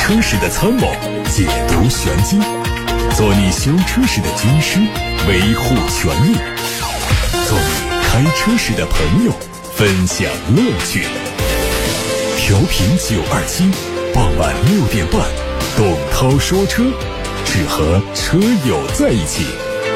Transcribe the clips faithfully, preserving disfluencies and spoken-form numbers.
车时的参谋，解读玄机，做你修车时的军师，维护权益，做你开车时的朋友，分享乐趣。调频九二七，傍晚六点半，董涛说车，只和车友在一起。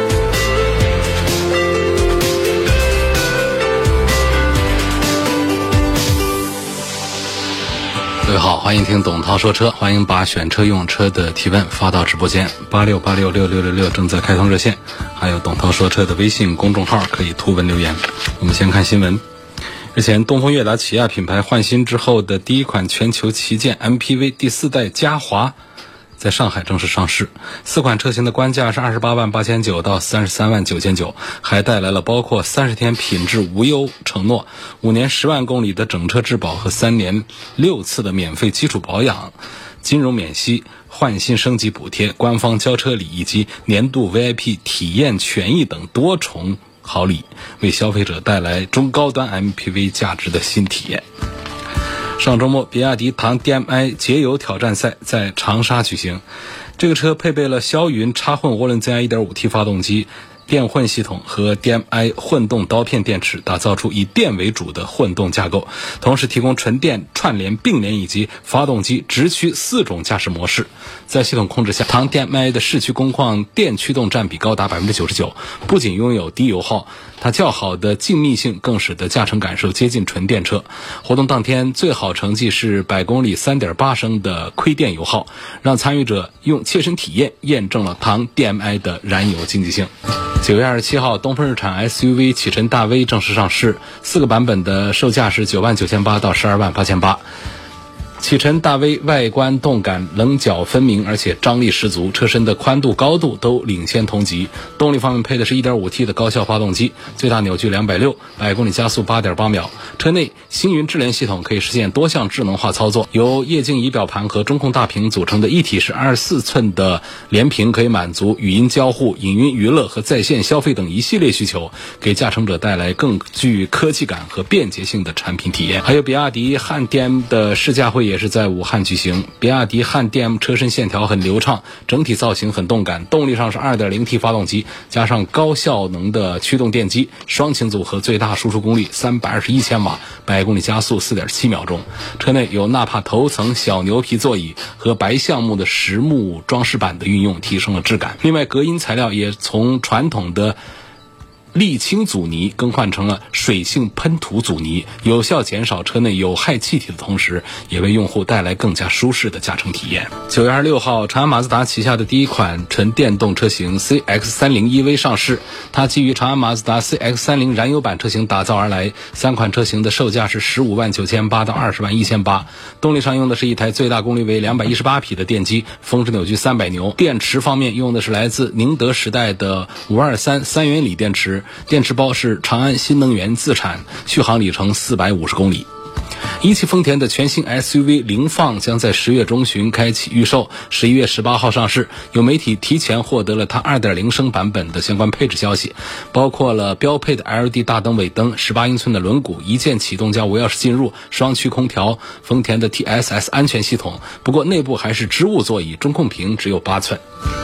各位好，欢迎听董涛说车，欢迎把选车用车的提问发到直播间八六八六六六六六，正在开通热线，还有董涛说车的微信公众号可以图文留言。我们先看新闻。日前，东风悦达起亚品牌换新之后的第一款全球旗舰 M P V 第四代嘉华在上海正式上市，四款车型的官价是二十八万八千九到三十三万九千九，还带来了包括三十天品质无忧承诺、五年十万公里的整车质保和三年六次的免费基础保养、金融免息、换新升级补贴、官方交车礼以及年度 V I P 体验权益等多重好礼，为消费者带来中高端 M P V 价值的新体验。上周末，比亚迪唐 D M I 节油挑战赛在长沙举行。这个车配备了霄云插混涡轮增压 一点五 T 发动机、电混系统和 D M I 混动刀片电池，打造出以电为主的混动架构，同时提供纯电、串联、并联以及发动机直驱四种驾驶模式。在系统控制下，唐 D M I 的市区工况电驱动占比高达 百分之九十九， 不仅拥有低油耗，它较好的静谧性更使得驾乘感受接近纯电车。活动当天最好成绩是百公里 三点八升的亏电油耗，让参与者用切身体验验证了唐 D M I 的燃油经济性。九月二十七号，东风日产 S U V 启辰大 V 正式上市，四个版本的售价是九万九千八到十二万八千八。启辰大 V 外观动感棱角分明，而且张力十足，车身的宽度高度都领先同级。动力方面配的是 一点五 T 的高效发动机，最大扭矩两百六十，百公里加速 八点八秒。车内星云智联系统可以实现多项智能化操作，由液晶仪表盘和中控大屏组成的一体式二十四寸的连屏，可以满足语音交互、影音娱乐和在线消费等一系列需求，给驾乘者带来更具科技感和便捷性的产品体验。还有比亚迪汉 D M 的试驾会也是在武汉举行。比亚迪汉 D M 车身线条很流畅，整体造型很动感，动力上是 二点零 T 发动机加上高效能的驱动电机，双擎组合，最大输出功率三百二十一千瓦，百公里加速 四点七秒钟。车内有纳帕头层小牛皮座椅和白橡木的实木装饰板的运用，提升了质感。另外，隔音材料也从传统的沥青阻尼更换成了水性喷涂阻尼，有效减少车内有害气体的同时，也为用户带来更加舒适的驾乘体验。九月二十六号，长安马自达旗下的第一款纯电动车型 C X 三十 E V 上市，它基于长安马自达 C X 三十 燃油版车型打造而来，三款车型的售价是十五万九千八到二十万一千八。动力上用的是一台最大功率为两百一十八匹的电机，峰值扭矩三百牛。电池方面用的是来自宁德时代的五二三三元锂电池，电池包是长安新能源自产，续航里程四百五十公里。一汽丰田的全新 S U V 凌放将在十月中旬开启预售，十一月十八号上市。有媒体提前获得了它 二点零 升版本的相关配置消息，包括了标配的 L E D 大灯尾灯、十八英寸的轮毂、一键启动加无钥匙进入、双区空调、丰田的 T S S 安全系统。不过内部还是织物座椅，中控屏只有八寸。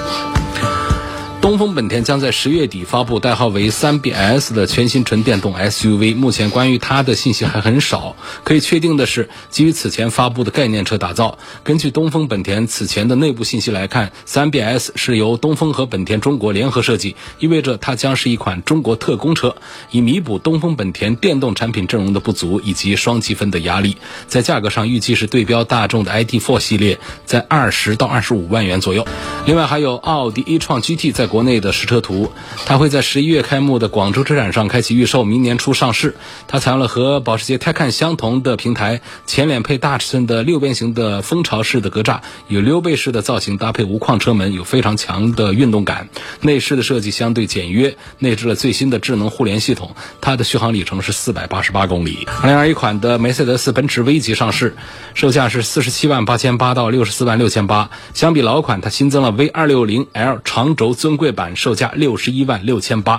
东风本田将在十月底发布代号为 三 B S 的全新纯电动 S U V， 目前关于它的信息还很少。可以确定的是，基于此前发布的概念车打造。根据东风本田此前的内部信息来看， 三 B S 是由东风和本田中国联合设计，意味着它将是一款中国特供车，以弥补东风本田电动产品阵容的不足以及双积分的压力。在价格上预计是对标大众的 I D 四 系列，在二十到二十五万元左右。另外还有奥迪 e-tron G T 在国内的实车图，它会在十一月开幕的广州车展上开启预售，明年初上市。它采用了和保时捷 Taycan 相同的平台，前脸配大尺寸的六边形的蜂巢式的格栅，有溜背式的造型，搭配无框车门，有非常强的运动感。内饰的设计相对简约，内置了最新的智能互联系统，它的续航里程是四百八十八公里。二零二一款的梅赛德斯奔驰 V 级上市，售价是四十七万八千八到六十四万六千八。相比老款，它新增了 V 二六零 L 长轴尊贵版，售价六十一万六千八。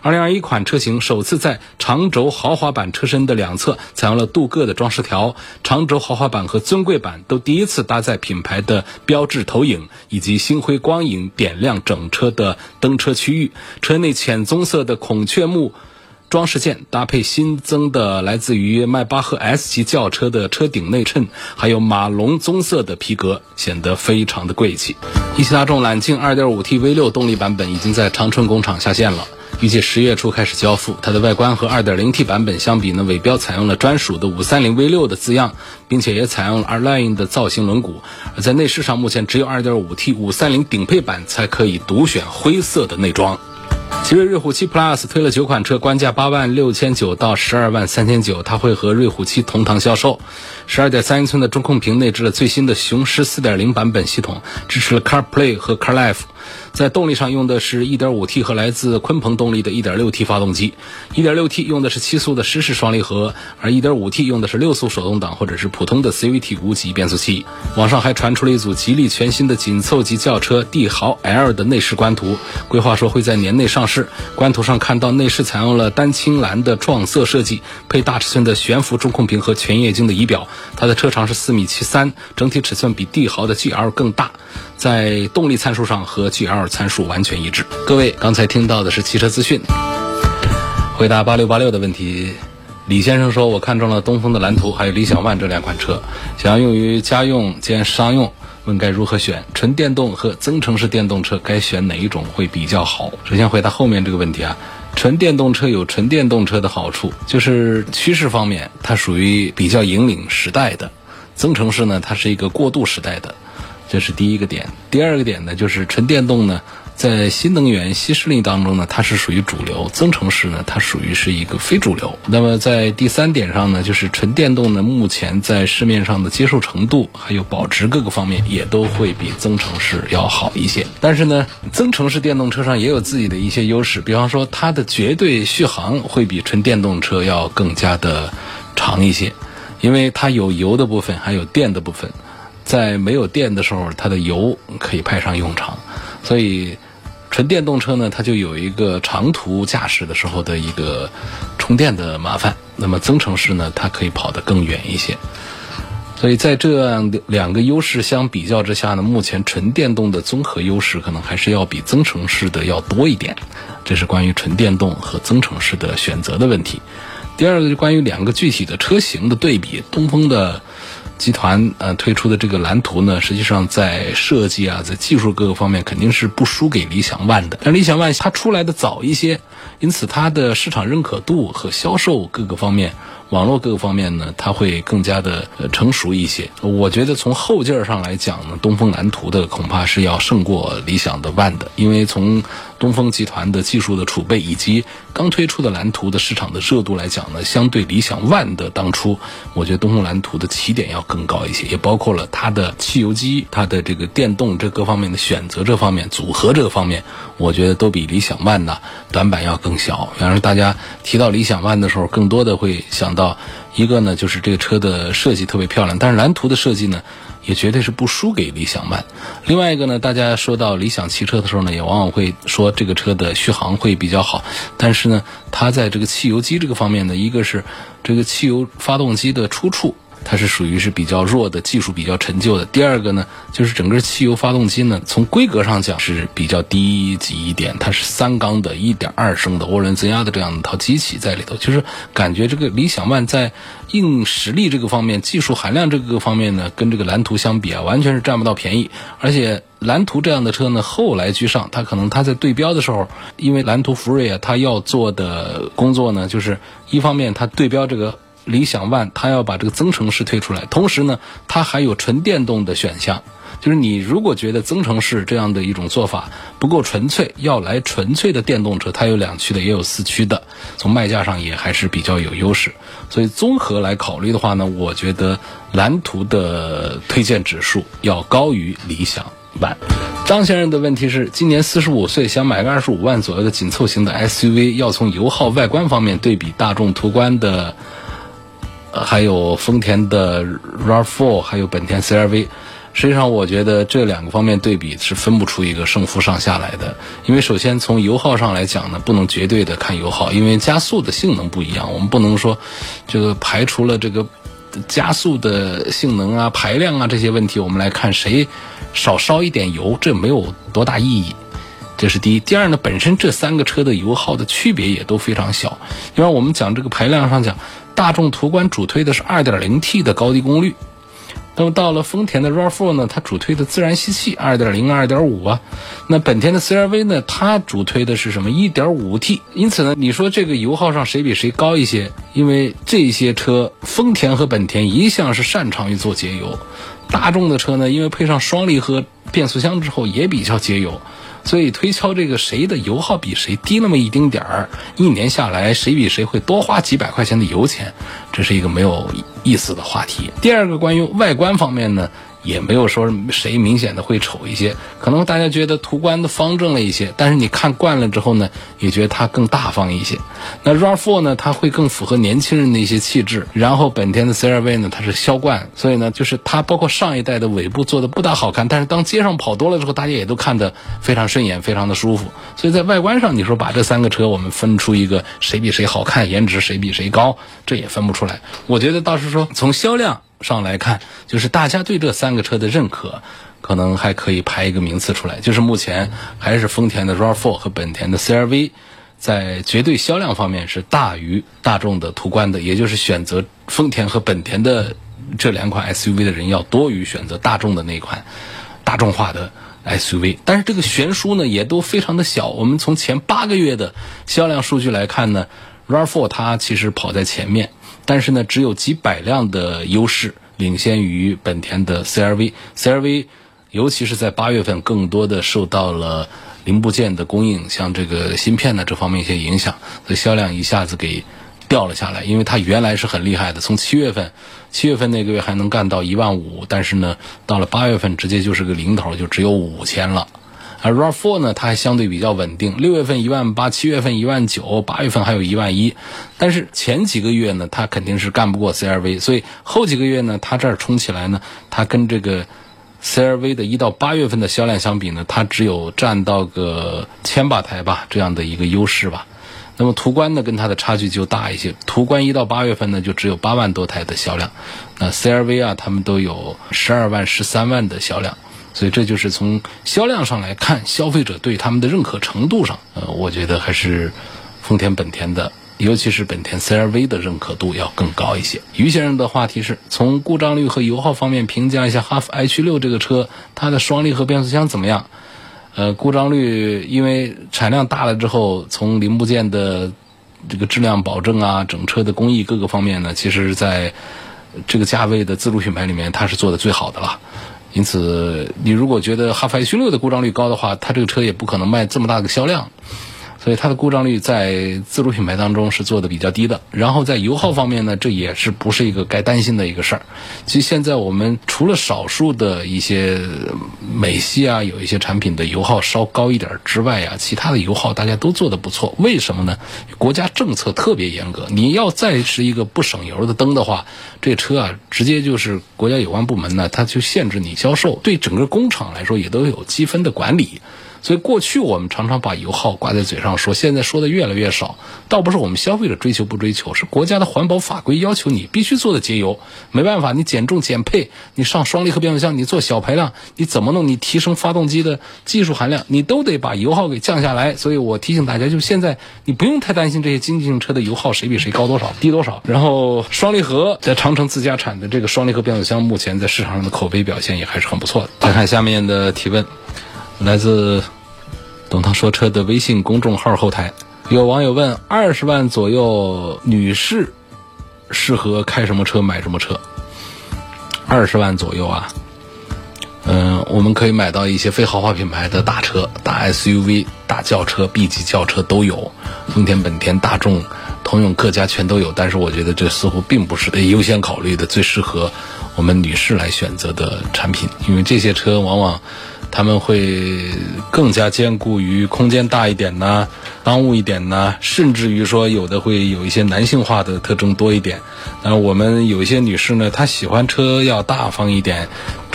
二零二一款车型首次在长轴豪华版车身的两侧采用了镀铬的装饰条，长轴豪华版和尊贵版都第一次搭载品牌的标志投影以及星辉光影点亮整车的登车区域。车内浅棕色的孔雀木装饰件搭配新增的来自于迈巴赫 S 级轿车的车顶内衬，还有马龙棕色的皮革，显得非常的贵气。一汽大众揽境 二点五 T V 六 动力版本已经在长春工厂下线了，预计十月初开始交付。它的外观和 二点零 T 版本相比呢，尾标采用了专属的五三零 V 六 的字样，并且也采用了 R-Line 的造型轮毂。而在内饰上，目前只有 二点五 T 五三零顶配版才可以独选灰色的内装。奇瑞瑞虎七 Plus 推了九款车，官价八万六千九到十二万三千九，它会和瑞虎七同堂销售。十二点三英寸的中控屏内置了最新的雄狮 四点零 版本系统，支持了 CarPlay 和 CarLife。在动力上用的是 一点五 T 和来自鲲鹏动力的 一点六 T 发动机， 一点六 T 用的是七速的湿式双离合，而 一点五 T 用的是六速手动挡或者是普通的 C V T 无级变速器。网上还传出了一组吉利全新的紧凑级轿车帝豪 L 的内饰官图，规划说会在年内上市。官图上看到内饰采用了丹青蓝的撞色设计，配大尺寸的悬浮中控屏和全液晶的仪表。它的车长是四米七三，整体尺寸比帝豪的 G L 更大，在动力参数上和 G L 参数完全一致。各位刚才听到的是汽车资讯。回答八六八六的问题，李先生说，我看中了东风的蓝图还有理想 ONE 这两款车，想要用于家用兼商用，问该如何选？纯电动和增程式电动车该选哪一种会比较好？首先回答后面这个问题啊，纯电动车有纯电动车的好处，就是趋势方面它属于比较引领时代的，增程式呢它是一个过渡时代的，这是第一个点。第二个点呢，就是纯电动呢在新能源新势力当中呢，它是属于主流，增程式呢它属于是一个非主流。那么在第三点上呢，就是纯电动呢目前在市面上的接受程度还有保值各个方面也都会比增程式要好一些。但是呢，增程式电动车上也有自己的一些优势，比方说它的绝对续航会比纯电动车要更加的长一些，因为它有油的部分还有电的部分，在没有电的时候它的油可以派上用场，所以纯电动车呢它就有一个长途驾驶的时候的一个充电的麻烦，那么增程式呢它可以跑得更远一些。所以在这样两个优势相比较之下呢，目前纯电动的综合优势可能还是要比增程式的要多一点，这是关于纯电动和增程式的选择的问题。第二个就是关于两个具体的车型的对比，东风的集团呃推出的这个蓝图呢，实际上在设计啊，在技术各个方面肯定是不输给理想 ONE 的。但理想 ONE 它出来的早一些，因此它的市场认可度和销售各个方面、网络各个方面呢，它会更加的呃成熟一些。我觉得从后劲儿上来讲呢，东风蓝图的恐怕是要胜过理想的 ONE 的，因为从东风集团的技术的储备以及刚推出的蓝图的市场的热度来讲呢，相对理想 ONE 的当初，我觉得东风蓝图的起点要更高一些，也包括了它的汽油机、它的这个电动这各方面的选择这方面、组合这个方面，我觉得都比理想 ONE 呢短板要更小。比方说大家提到理想 ONE 的时候，更多的会想到一个呢，就是这个车的设计特别漂亮，但是蓝图的设计呢也绝对是不输给理想 ONE。 另外一个呢，大家说到理想汽车的时候呢，也往往会说这个车的续航会比较好，但是呢它在这个汽油机这个方面呢，一个是这个汽油发动机的出处它是属于是比较弱的，技术比较陈旧的。第二个呢，就是整个汽油发动机呢，从规格上讲是比较低级一点，它是三缸的 一点二 升的涡轮增压的这样一套机器在里头，就是感觉这个理想 ONE 在硬实力这个方面、技术含量这个方面呢，跟这个蓝图相比啊，完全是占不到便宜。而且蓝图这样的车呢，后来居上，它可能它在对标的时候，因为蓝图福瑞啊，它要做的工作呢，就是一方面它对标这个理想 ONE， 它要把这个增程式推出来，同时呢它还有纯电动的选项，就是你如果觉得增程式这样的一种做法不够纯粹，要来纯粹的电动车，它有两驱的也有四驱的，从卖价上也还是比较有优势。所以综合来考虑的话呢，我觉得蓝图的推荐指数要高于理想 ONE。 张先生的问题是，今年四十五岁，想买个二十五万左右的紧凑型的 S U V， 要从油耗、外观方面对比大众途观的还有丰田的 R A V 四， 还有本田 C R V， 实际上我觉得这两个方面对比是分不出一个胜负上下来的。因为首先从油耗上来讲呢，不能绝对的看油耗，因为加速的性能不一样，我们不能说这个排除了这个加速的性能啊、排量啊这些问题，我们来看谁少烧一点油，这没有多大意义。这是第一。第二呢，本身这三个车的油耗的区别也都非常小。因为我们讲这个排量上讲，大众途观主推的是 二点零 T 的高低功率，那么到了丰田的 R A V 四 呢，它主推的自然吸气 二点零、二点五 啊。那本田的 C R V 呢，它主推的是什么 一点五 T。因此呢，你说这个油耗上谁比谁高一些？因为这些车丰田和本田一向是擅长于做节油，大众的车呢，因为配上双离合变速箱之后也比较节油，所以推敲这个谁的油耗比谁低那么一丁点儿，一年下来谁比谁会多花几百块钱的油钱，这是一个没有意思的话题。第二个，关于外观方面呢，也没有说谁明显的会丑一些，可能大家觉得途观的方正了一些，但是你看惯了之后呢，也觉得它更大方一些。那 R A V 四 呢，它会更符合年轻人的一些气质，然后本田的 C R V 呢，它是销冠，所以呢，就是它包括上一代的尾部做的不大好看，但是当街上跑多了之后，大家也都看得非常顺眼，非常的舒服。所以在外观上，你说把这三个车我们分出一个谁比谁好看，颜值谁比谁高，这也分不出来。我觉得倒是说从销量上来看，就是大家对这三个车的认可可能还可以排一个名次出来，就是目前还是丰田的 R A V 四 和本田的 C R V 在绝对销量方面是大于大众的途观的，也就是选择丰田和本田的这两款 S U V 的人要多于选择大众的那款大众化的 S U V。 但是这个悬殊呢也都非常的小，我们从前八个月的销量数据来看呢， R A V 四 它其实跑在前面，但是呢只有几百辆的优势，领先于本田的 C R V。 C R V 尤其是在八月份更多的受到了零部件的供应，像这个芯片呢这方面一些影响，所以销量一下子给掉了下来。因为它原来是很厉害的，从七月份七月份那个月还能干到一万五，但是呢到了八月份直接就是个零头，就只有五千了。而 R A V 四 呢，它还相对比较稳定，六月份一万八，七月份一万九，八月份还有一万一。但是前几个月呢，它肯定是干不过 C R V， 所以后几个月呢，它这儿冲起来呢，它跟这个 C R V 的一到八月份的销量相比呢，它只有占到个千把台吧，这样的一个优势吧。那么途观呢，跟它的差距就大一些，途观一到八月份呢，就只有八万多台的销量，那 C R V 啊，他们都有十二万、十三万的销量。所以这就是从销量上来看，消费者对他们的认可程度上，呃，我觉得还是丰田本田的，尤其是本田 C R V 的认可度要更高一些。于先生的话题是从故障率和油耗方面评价一下哈弗 H 六 这个车，它的双离合变速箱怎么样？呃，故障率因为产量大了之后，从零部件的这个质量保证啊，整车的工艺各个方面呢，其实在这个价位的自主品牌里面，它是做的最好的了。因此你如果觉得哈弗 H 六 的故障率高的话，它这个车也不可能卖这么大的销量，所以它的故障率在自主品牌当中是做的比较低的。然后在油耗方面呢，这也是不是一个该担心的一个事儿。其实现在我们除了少数的一些美系啊，有一些产品的油耗稍高一点之外啊，其他的油耗大家都做得不错。为什么呢？国家政策特别严格，你要再是一个不省油的灯的话，这车啊直接就是国家有关部门呢，它就限制你销售，对整个工厂来说也都有积分的管理。所以过去我们常常把油耗挂在嘴上说，现在说的越来越少。倒不是我们消费者追求不追求，是国家的环保法规要求你必须做的节油。没办法，你减重减配，你上双离合变速箱，你做小排量，你怎么弄？你提升发动机的技术含量，你都得把油耗给降下来。所以我提醒大家，就现在你不用太担心这些经济性车的油耗谁比谁高多少低多少。然后双离合在长城自家产的这个双离合变速箱，目前在市场上的口碑表现也还是很不错的。再看下面的提问，来自董涛说车的微信公众号后台，有网友问：二十万左右女士适合开什么车买什么车？二十万左右啊，嗯、呃，我们可以买到一些非豪华品牌的大车、大 S U V、大轿车、B 级轿车都有，丰田、本田、大众、通用各家全都有。但是我觉得这似乎并不是被优先考虑的最适合我们女士来选择的产品，因为这些车往往他们会更加兼顾于空间大一点呐、商务一点呐，甚至于说有的会有一些男性化的特征多一点。那我们有一些女士呢，她喜欢车要大方一点，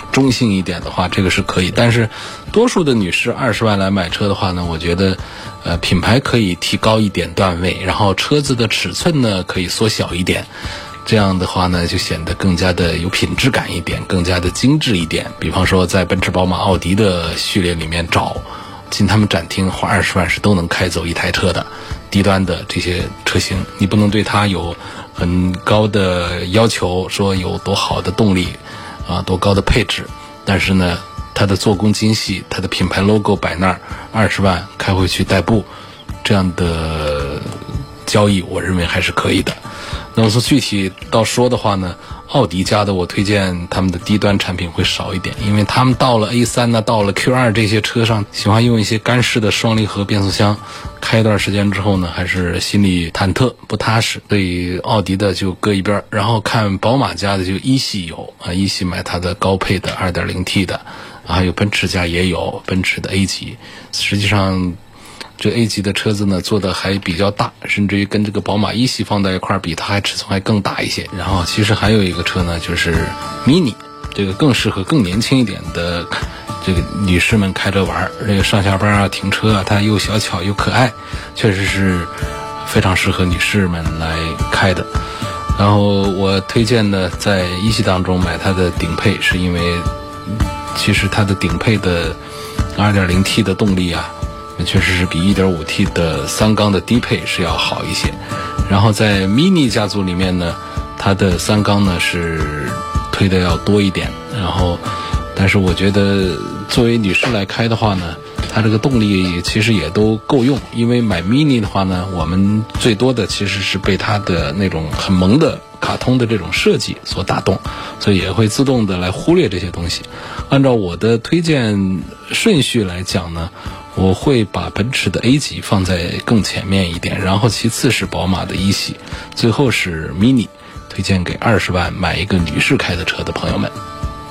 中性一点的话，这个是可以。但是多数的女士二十万来买车的话呢，我觉得呃品牌可以提高一点段位，然后车子的尺寸呢可以缩小一点，这样的话呢就显得更加的有品质感一点，更加的精致一点。比方说在奔驰宝马奥迪的序列里面找进他们展厅花二十万是都能开走一台车的低端的这些车型，你不能对它有很高的要求，说有多好的动力啊，多高的配置，但是呢它的做工精细，它的品牌 logo 摆那儿，二十万开回去代步，这样的交易我认为还是可以的。那么从具体到说的话呢，奥迪家的我推荐他们的低端产品会少一点，因为他们到了 A 三 呢，到了 Q 二 这些车上喜欢用一些干式的双离合变速箱，开一段时间之后呢还是心里忐忑不踏实，所以奥迪的就搁一边，然后看宝马家的就一系有啊，一系买它的高配的 二点零 T 的，还有奔驰家也有奔驰的 A 级，实际上这 A 级的车子呢做的还比较大，甚至于跟这个宝马一系放在一块比它还尺寸还更大一些。然后其实还有一个车呢就是 Mini， 这个更适合更年轻一点的这个女士们开着玩，这个上下班啊停车啊它又小巧又可爱，确实是非常适合女士们来开的。然后我推荐呢在一系当中买它的顶配，是因为其实它的顶配的 二点零 T 的动力啊确实是比 一点五 T 的三缸的低配是要好一些。然后在 Mini 家族里面呢，它的三缸呢是推的要多一点，然后但是我觉得作为女士来开的话呢，它这个动力其实也都够用。因为买 Mini 的话呢，我们最多的其实是被它的那种很萌的卡通的这种设计所打动，所以也会自动的来忽略这些东西。按照我的推荐顺序来讲呢，我会把奔驰的 A 级放在更前面一点，然后其次是宝马的一系，最后是 Mini， 推荐给二十万买一个女士开的车的朋友们。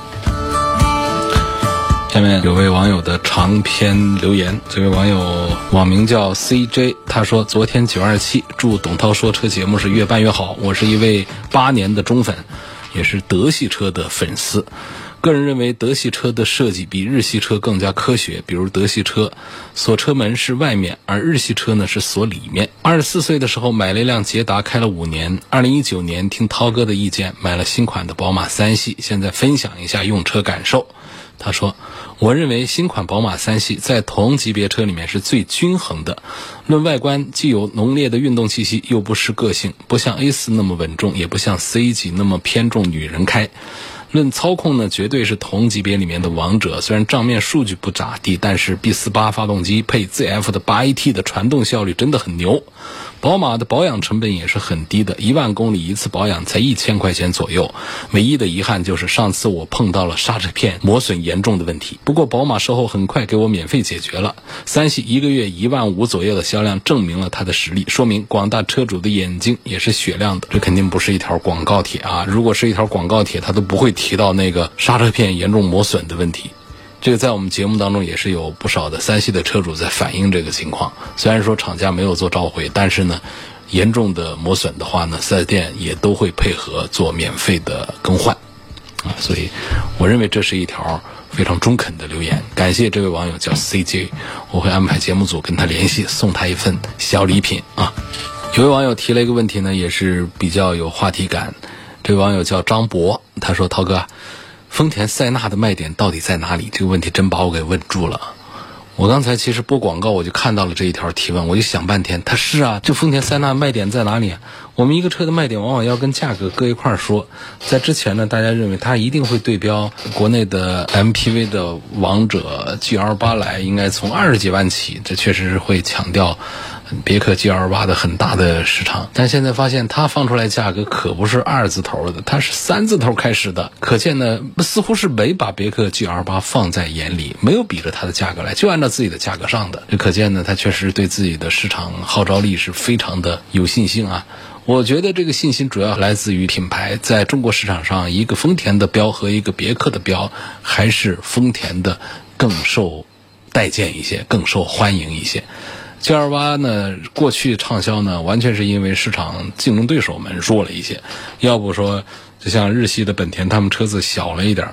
下面有位网友的长篇留言，这位网友网名叫 C J， 他说昨天九二七祝董涛说车节目是越办越好，我是一位八年的忠粉，也是德系车的粉丝。个人认为德系车的设计比日系车更加科学，比如德系车锁车门是外面，而日系车呢是锁里面。二十四岁的时候买了一辆捷达，开了五年。二零一九年听涛哥的意见买了新款的宝马三系，现在分享一下用车感受。他说，我认为新款宝马三系在同级别车里面是最均衡的，论外观既有浓烈的运动气息，又不失个性，不像 A 四 那么稳重，也不像 C 级那么偏重女人开。论操控呢，绝对是同级别里面的王者。虽然账面数据不咋地，但是 B 四十八 发动机配 Z F 的 八 A T 的传动效率真的很牛。宝马的保养成本也是很低的，一万公里一次保养才一千块钱左右。唯一的遗憾就是上次我碰到了刹车片磨损严重的问题，不过宝马售后很快给我免费解决了。三系一个月一万五左右的销量证明了它的实力，说明广大车主的眼睛也是雪亮的。这肯定不是一条广告帖啊，如果是一条广告帖，它都不会提到那个刹车片严重磨损的问题。这个在我们节目当中也是有不少的三系的车主在反映这个情况，虽然说厂家没有做召回，但是呢严重的磨损的话呢，四 S 店也都会配合做免费的更换啊，所以我认为这是一条非常中肯的留言，感谢这位网友叫 C J， 我会安排节目组跟他联系，送他一份小礼品啊。有位网友提了一个问题呢，也是比较有话题感，这位网友叫张博，他说，涛哥，丰田塞纳的卖点到底在哪里？这个问题真把我给问住了。我刚才其实播广告我就看到了这一条提问，我就想半天，它是啊，这丰田塞纳卖点在哪里啊？我们一个车的卖点往往要跟价格搁一块说。在之前呢，大家认为它一定会对标国内的 M P V 的王者 G L 八 来，应该从二十几万起，这确实是会强调别克 G L 八 的很大的市场。但现在发现它放出来价格可不是二字头的，它是三字头开始的，可见呢似乎是没把别克 G L 八 放在眼里，没有比着它的价格来，就按照自己的价格上的。这可见呢它确实对自己的市场号召力是非常的有信心啊。我觉得这个信心主要来自于品牌，在中国市场上一个丰田的标和一个别克的标，还是丰田的更受待见一些，更受欢迎一些。G L 八 呢过去畅销呢完全是因为市场竞争对手们弱了一些，要不说就像日系的本田他们车子小了一点，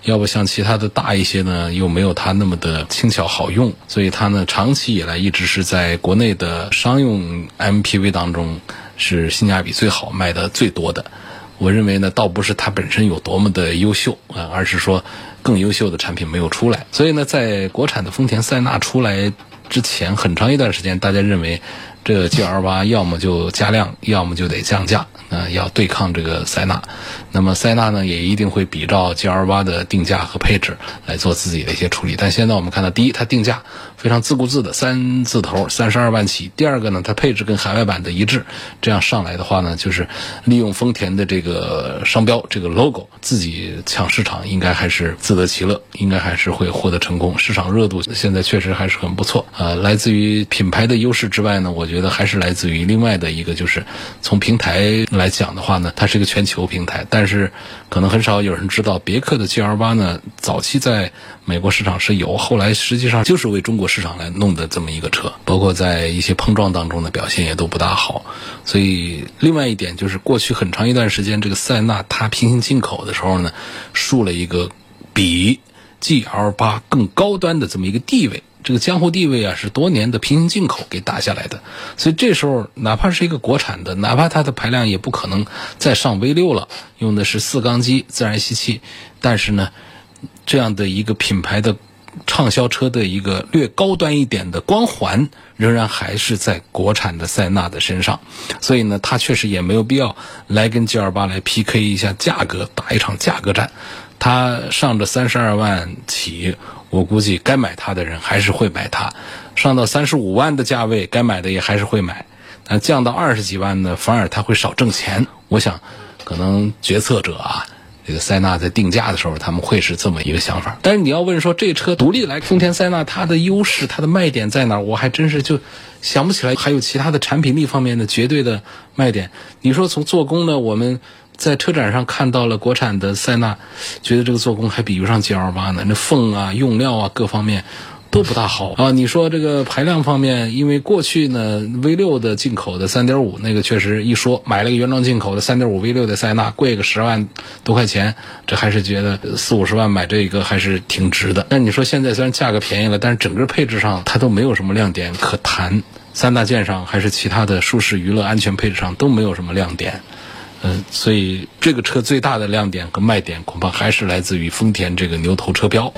要不像其他的大一些呢，又没有它那么的轻巧好用，所以它呢长期以来一直是在国内的商用 M P V 当中是性价比最好、卖的最多的。我认为呢，倒不是它本身有多么的优秀啊，而是说更优秀的产品没有出来。所以呢，在国产的丰田塞纳出来之前，很长一段时间，大家认为这 G L 八 要么就加量，要么就得降价，呃，要对抗这个塞纳。那么塞纳呢，也一定会比照 G L 八 的定价和配置来做自己的一些处理。但现在我们看到，第一，它定价非常自顾自的三字头，三十二万起；第二个呢，它配置跟海外版的一致，这样上来的话呢，就是利用丰田的这个商标、这个 logo 自己抢市场，应该还是自得其乐，应该还是会获得成功。市场热度现在确实还是很不错。呃，来自于品牌的优势之外呢，我觉得还是来自于另外的一个，就是从平台来讲的话呢，它是一个全球平台，但是可能很少有人知道，别克的 G L 八 呢，早期在美国市场是有，后来实际上就是为中国市场来弄的这么一个车，包括在一些碰撞当中的表现也都不大好。所以另外一点就是，过去很长一段时间，这个塞纳它平行进口的时候呢，树了一个比 G L 八 更高端的这么一个地位。这个江湖地位啊，是多年的平行进口给打下来的，所以这时候哪怕是一个国产的，哪怕它的排量也不可能再上 V 六 了，用的是四缸机自然吸气，但是呢，这样的一个品牌的畅销车的一个略高端一点的光环，仍然还是在国产的塞纳的身上，所以呢，它确实也没有必要来跟 G L 八 来 P K 一下价格，打一场价格战。它上着三十二万起，我估计该买它的人还是会买它，上到三十五万的价位，该买的也还是会买。那降到二十几万呢，反而它会少挣钱。我想，可能决策者啊，这个塞纳在定价的时候，他们会是这么一个想法。但是你要问说这车独立来，丰田塞纳它的优势、它的卖点在哪儿，我还真是就想不起来还有其他的产品力方面的绝对的卖点。你说从做工呢，我们在车展上看到了国产的塞纳，觉得这个做工还比不上 G L 八 呢，那缝啊、用料啊各方面都不大好啊。你说这个排量方面，因为过去呢 V 六 的进口的 三点五 那个确实一说买了个原装进口的 三点五 V 六 的塞纳贵个十万多块钱，这还是觉得四五十万买这个还是挺值的。但你说现在虽然价格便宜了，但是整个配置上它都没有什么亮点可谈，三大件上还是其他的舒适娱乐安全配置上都没有什么亮点。嗯，所以这个车最大的亮点和卖点恐怕还是来自于丰田这个牛头车标。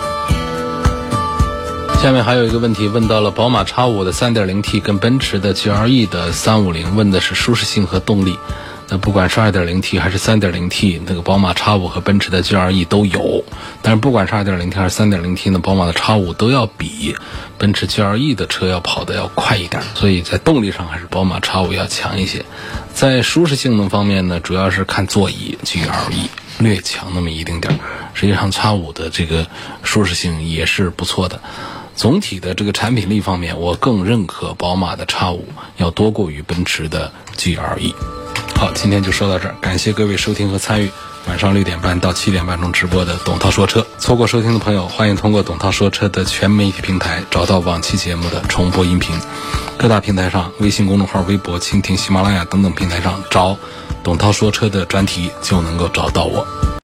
下面还有一个问题问到了宝马 X 五 的 三点零 T 跟奔驰的 G L E 的三五零，问的是舒适性和动力。那不管是 二点零 T 还是 三点零 T， 那个宝马 X 五 和奔驰的 G L E 都有，但是不管是 二点零 T 还是 三点零 T 呢，宝马的 X 五 都要比奔驰 G L E 的车要跑得要快一点，所以在动力上还是宝马 X 五 要强一些。在舒适性能方面呢，主要是看座椅 G L E 略强那么一丁点儿，实际上 X 五 的这个舒适性也是不错的。总体的这个产品力方面，我更认可宝马的 X 五 要多过于奔驰的 G L E。好，今天就说到这儿，感谢各位收听和参与晚上六点半到七点半钟直播的董涛说车。错过收听的朋友，欢迎通过董涛说车的全媒体平台找到往期节目的重播音频。各大平台上，微信公众号、微博、蜻蜓、喜马拉雅等等平台上找董涛说车的专题，就能够找到我。